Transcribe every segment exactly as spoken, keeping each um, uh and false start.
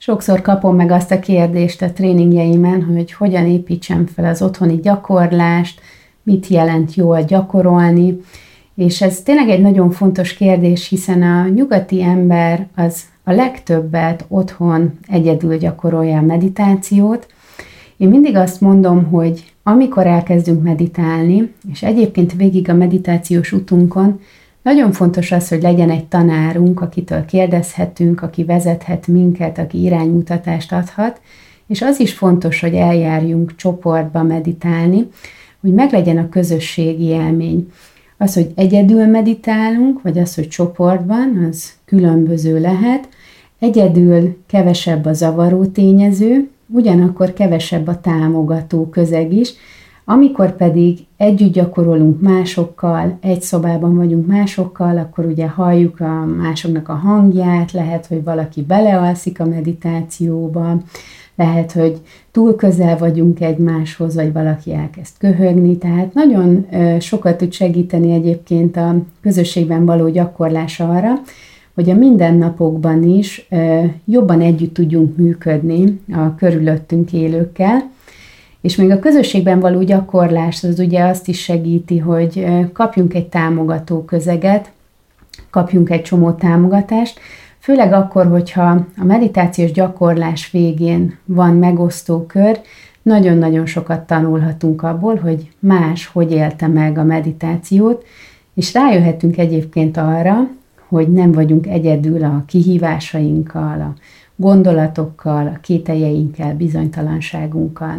Sokszor kapom meg azt a kérdést a tréningjeimen, hogy hogyan építsem fel az otthoni gyakorlást, mit jelent jól gyakorolni, és ez tényleg egy nagyon fontos kérdés, hiszen a nyugati ember az a legtöbbet otthon egyedül gyakorolja a meditációt. Én mindig azt mondom, hogy amikor elkezdünk meditálni, és egyébként végig a meditációs utunkon, nagyon fontos az, hogy legyen egy tanárunk, akitől kérdezhetünk, aki vezethet minket, aki iránymutatást adhat, és az is fontos, hogy eljárjunk csoportba meditálni, hogy meglegyen a közösségi élmény. Az, hogy egyedül meditálunk, vagy az, hogy csoportban, az különböző lehet. Egyedül kevesebb a zavaró tényező, ugyanakkor kevesebb a támogató közeg is. Amikor pedig együtt gyakorolunk másokkal, egy szobában vagyunk másokkal, akkor ugye halljuk a másoknak a hangját, lehet, hogy valaki belealszik a meditációba, lehet, hogy túl közel vagyunk egymáshoz, vagy valaki elkezd köhögni, tehát nagyon sokat tud segíteni egyébként a közösségben való gyakorlás arra, hogy a mindennapokban is jobban együtt tudjunk működni a körülöttünk élőkkel, és még a közösségben való gyakorlás az ugye azt is segíti, hogy kapjunk egy támogató közeget, kapjunk egy csomó támogatást, főleg akkor, hogyha a meditációs gyakorlás végén van megosztó kör, nagyon-nagyon sokat tanulhatunk abból, hogy más hogy élte meg a meditációt, és rájöhetünk egyébként arra, hogy nem vagyunk egyedül a kihívásainkkal, a gondolatokkal, a kételjeinkkel, bizonytalanságunkkal.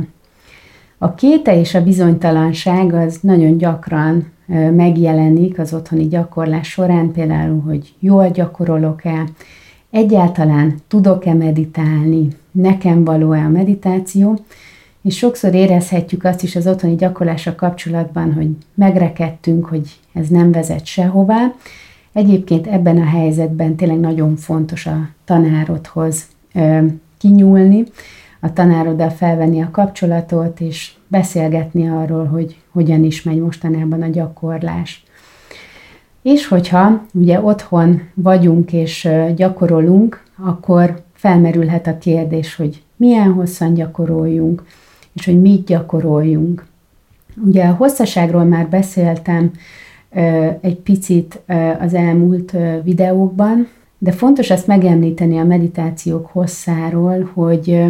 A kételj és a bizonytalanság az nagyon gyakran megjelenik az otthoni gyakorlás során, például, hogy jól gyakorolok-e, egyáltalán tudok-e meditálni, nekem való-e a meditáció, és sokszor érezhetjük azt is az otthoni gyakorlással kapcsolatban, hogy megrekedtünk, hogy ez nem vezet sehová. Egyébként ebben a helyzetben tényleg nagyon fontos a tanárodhoz kinyúlni, a tanároddal felvenni a kapcsolatot, és beszélgetni arról, hogy hogyan is megy mostanában a gyakorlás. És hogyha ugye otthon vagyunk és gyakorolunk, akkor felmerülhet a kérdés, hogy milyen hosszan gyakoroljunk, és hogy mit gyakoroljunk. Ugye a hosszaságról már beszéltem egy picit az elmúlt videókban, de fontos azt megemlíteni a meditációk hosszáról, hogy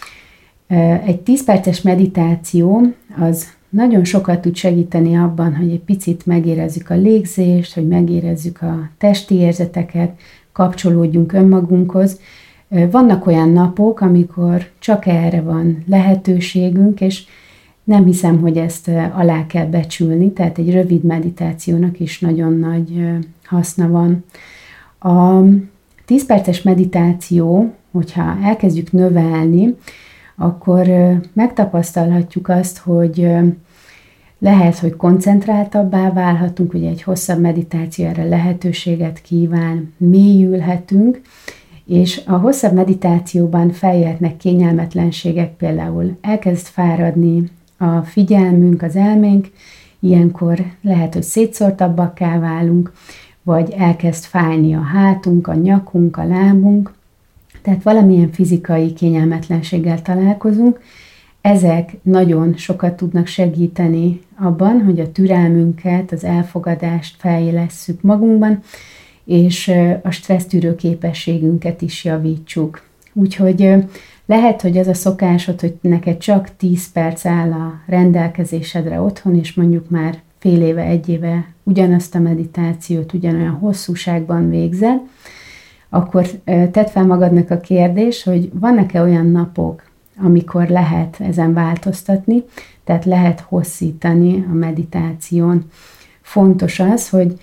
egy tíz perces meditáció az nagyon sokat tud segíteni abban, hogy egy picit megérezzük a légzést, hogy megérezzük a testi érzeteket, kapcsolódjunk önmagunkhoz. Vannak olyan napok, amikor csak erre van lehetőségünk, és nem hiszem, hogy ezt alá kell becsülni, tehát egy rövid meditációnak is nagyon nagy haszna van. A tíz perces meditáció, hogyha elkezdjük növelni, akkor megtapasztalhatjuk azt, hogy lehet, hogy koncentráltabbá válhatunk, ugye egy hosszabb meditáció erre lehetőséget kíván, mélyülhetünk, és a hosszabb meditációban feljöhetnek kényelmetlenségek, például elkezd fáradni a figyelmünk, az elménk, ilyenkor lehet, hogy szétszórtabbakká válunk, vagy elkezd fájni a hátunk, a nyakunk, a lábunk, tehát valamilyen fizikai kényelmetlenséggel találkozunk. Ezek nagyon sokat tudnak segíteni abban, hogy a türelmünket, az elfogadást fejlesszük magunkban, és a stressztűrő képességünket is javítsuk. Úgyhogy lehet, hogy az a szokásod, hogy neked csak tíz perc áll a rendelkezésedre otthon, és mondjuk már fél éve, egy éve ugyanazt a meditációt ugyanolyan hosszúságban végzed, akkor tedd fel magadnak a kérdés, hogy vannak-e olyan napok, amikor lehet ezen változtatni, tehát lehet hosszítani a meditáción. Fontos az, hogy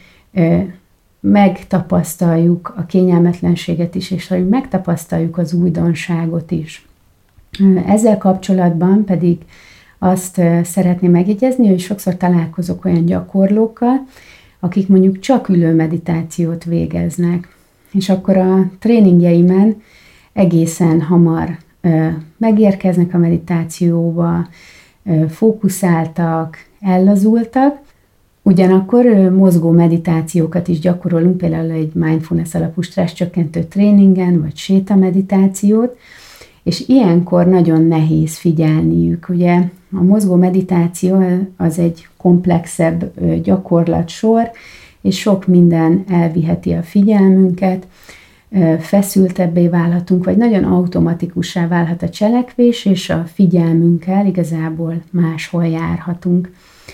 megtapasztaljuk a kényelmetlenséget is, és hogy megtapasztaljuk az újdonságot is. Ezzel kapcsolatban pedig azt szeretném megjegyezni, hogy sokszor találkozok olyan gyakorlókkal, akik mondjuk csak ülő meditációt végeznek. És akkor a tréningjeimen egészen hamar megérkeznek a meditációba, fókuszáltak, ellazultak, ugyanakkor mozgó meditációkat is gyakorolunk, például egy mindfulness alapú stresszcsökkentő tréningen, vagy séta meditációt, és ilyenkor nagyon nehéz figyelniük. Ugye a mozgó meditáció az egy komplexebb gyakorlatsor, és sok minden elviheti a figyelmünket, feszültebbé válhatunk, vagy nagyon automatikussá válhat a cselekvés, és a figyelmünkkel igazából máshol járhatunk.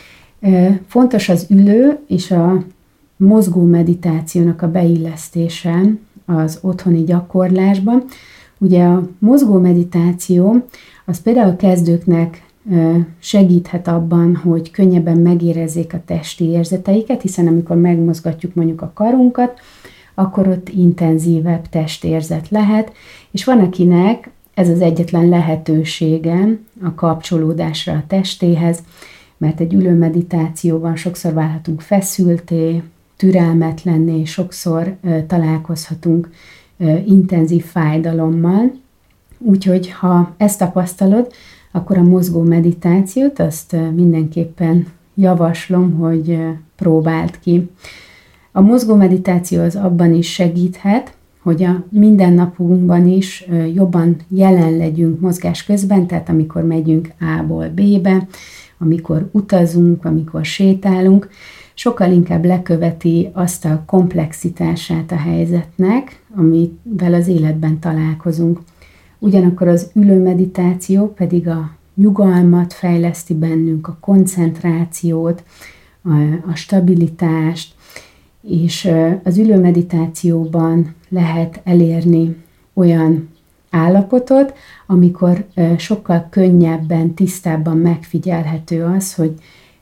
Fontos az ülő és a mozgó meditációnak a beillesztése az otthoni gyakorlásban. Ugye a mozgó meditáció az például a kezdőknek segíthet abban, hogy könnyebben megérezzék a testi érzeteiket, hiszen amikor megmozgatjuk mondjuk a karunkat, akkor ott intenzívebb testérzet lehet, és van, akinek ez az egyetlen lehetősége a kapcsolódásra a testéhez, mert egy ülő meditációban sokszor válhatunk feszülté, türelmetlenné, sokszor találkozhatunk intenzív fájdalommal. Úgyhogy ha ezt tapasztalod, akkor a mozgó meditációt azt mindenképpen javaslom, hogy próbáld ki. A mozgó meditáció az abban is segíthet, hogy a mindennapunkban is jobban jelen legyünk mozgás közben, tehát amikor megyünk A-ból B-be, amikor utazunk, amikor sétálunk, sokkal inkább leköveti azt a komplexitását a helyzetnek, amivel az életben találkozunk. Ugyanakkor az ülő meditáció pedig a nyugalmat fejleszti bennünk, a koncentrációt, a, a stabilitást, és az ülő meditációban lehet elérni olyan állapotot, amikor sokkal könnyebben, tisztábban megfigyelhető az, hogy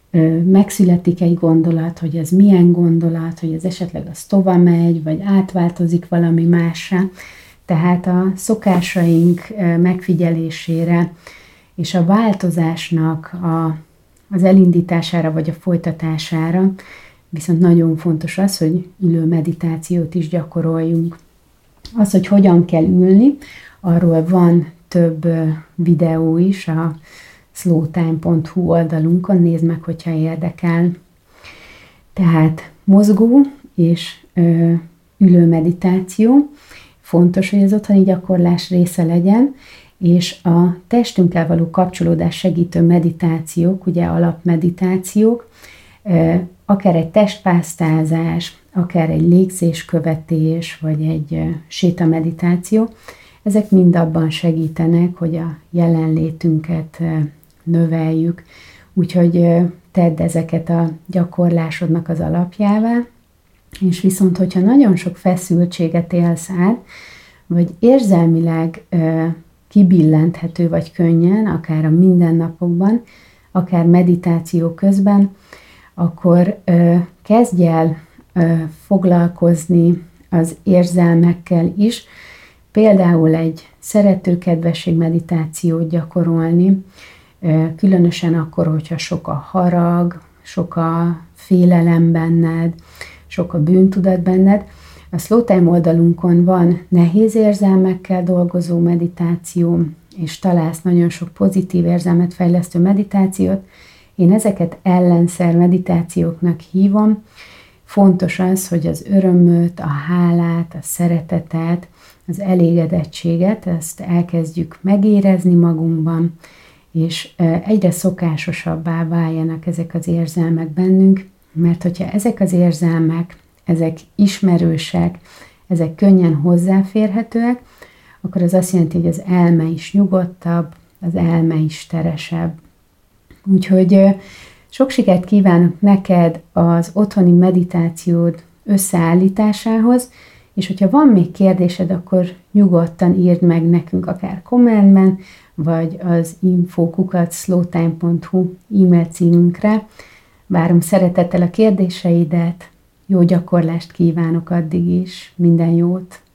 megszületik egy gondolat, hogy ez milyen gondolat, hogy ez esetleg az tovább megy, vagy átváltozik valami mássá. Tehát a szokásaink megfigyelésére és a változásnak a, az elindítására vagy a folytatására viszont nagyon fontos az, hogy ülő meditációt is gyakoroljunk. Az, hogy hogyan kell ülni, arról van több videó is a slowtime pont hu oldalunkon, nézd meg, hogyha érdekel. Tehát mozgó és ö, ülő meditáció. Fontos, hogy az otthoni gyakorlás része legyen, és a testünkkel való kapcsolódás segítő meditációk, ugye alapmeditációk, akár egy testpásztázás, akár egy légzéskövetés, vagy egy sétameditáció, ezek mind abban segítenek, hogy a jelenlétünket növeljük. Úgyhogy tedd ezeket a gyakorlásodnak az alapjává, és viszont, hogyha nagyon sok feszültséget élsz át, vagy érzelmileg kibillenthető vagy könnyen, akár a mindennapokban, akár meditáció közben, akkor ö, kezdj el ö, foglalkozni az érzelmekkel is, például egy szeretőkedvesség meditációt gyakorolni, ö, különösen akkor, hogyha sok a harag, sok a félelem benned, sok a bűntudat benned. A Slowtime oldalunkon van nehéz érzelmekkel dolgozó meditáció, és találsz nagyon sok pozitív érzelmet fejlesztő meditációt. Én ezeket ellenszer meditációknak hívom. Fontos az, hogy az örömöt, a hálát, a szeretetet, az elégedettséget, ezt elkezdjük megérezni magunkban, és egyre szokásosabbá váljanak ezek az érzelmek bennünk, mert hogyha ezek az érzelmek, ezek ismerősek, ezek könnyen hozzáférhetőek, akkor az azt jelenti, hogy az elme is nyugodtabb, az elme is teresebb. Úgyhogy sok sikert kívánok neked az otthoni meditációd összeállításához, és hogyha van még kérdésed, akkor nyugodtan írd meg nekünk akár kommentben, vagy az info kukac slowtime pont hu e-mail címünkre. Várom szeretettel a kérdéseidet, jó gyakorlást kívánok addig is, minden jót!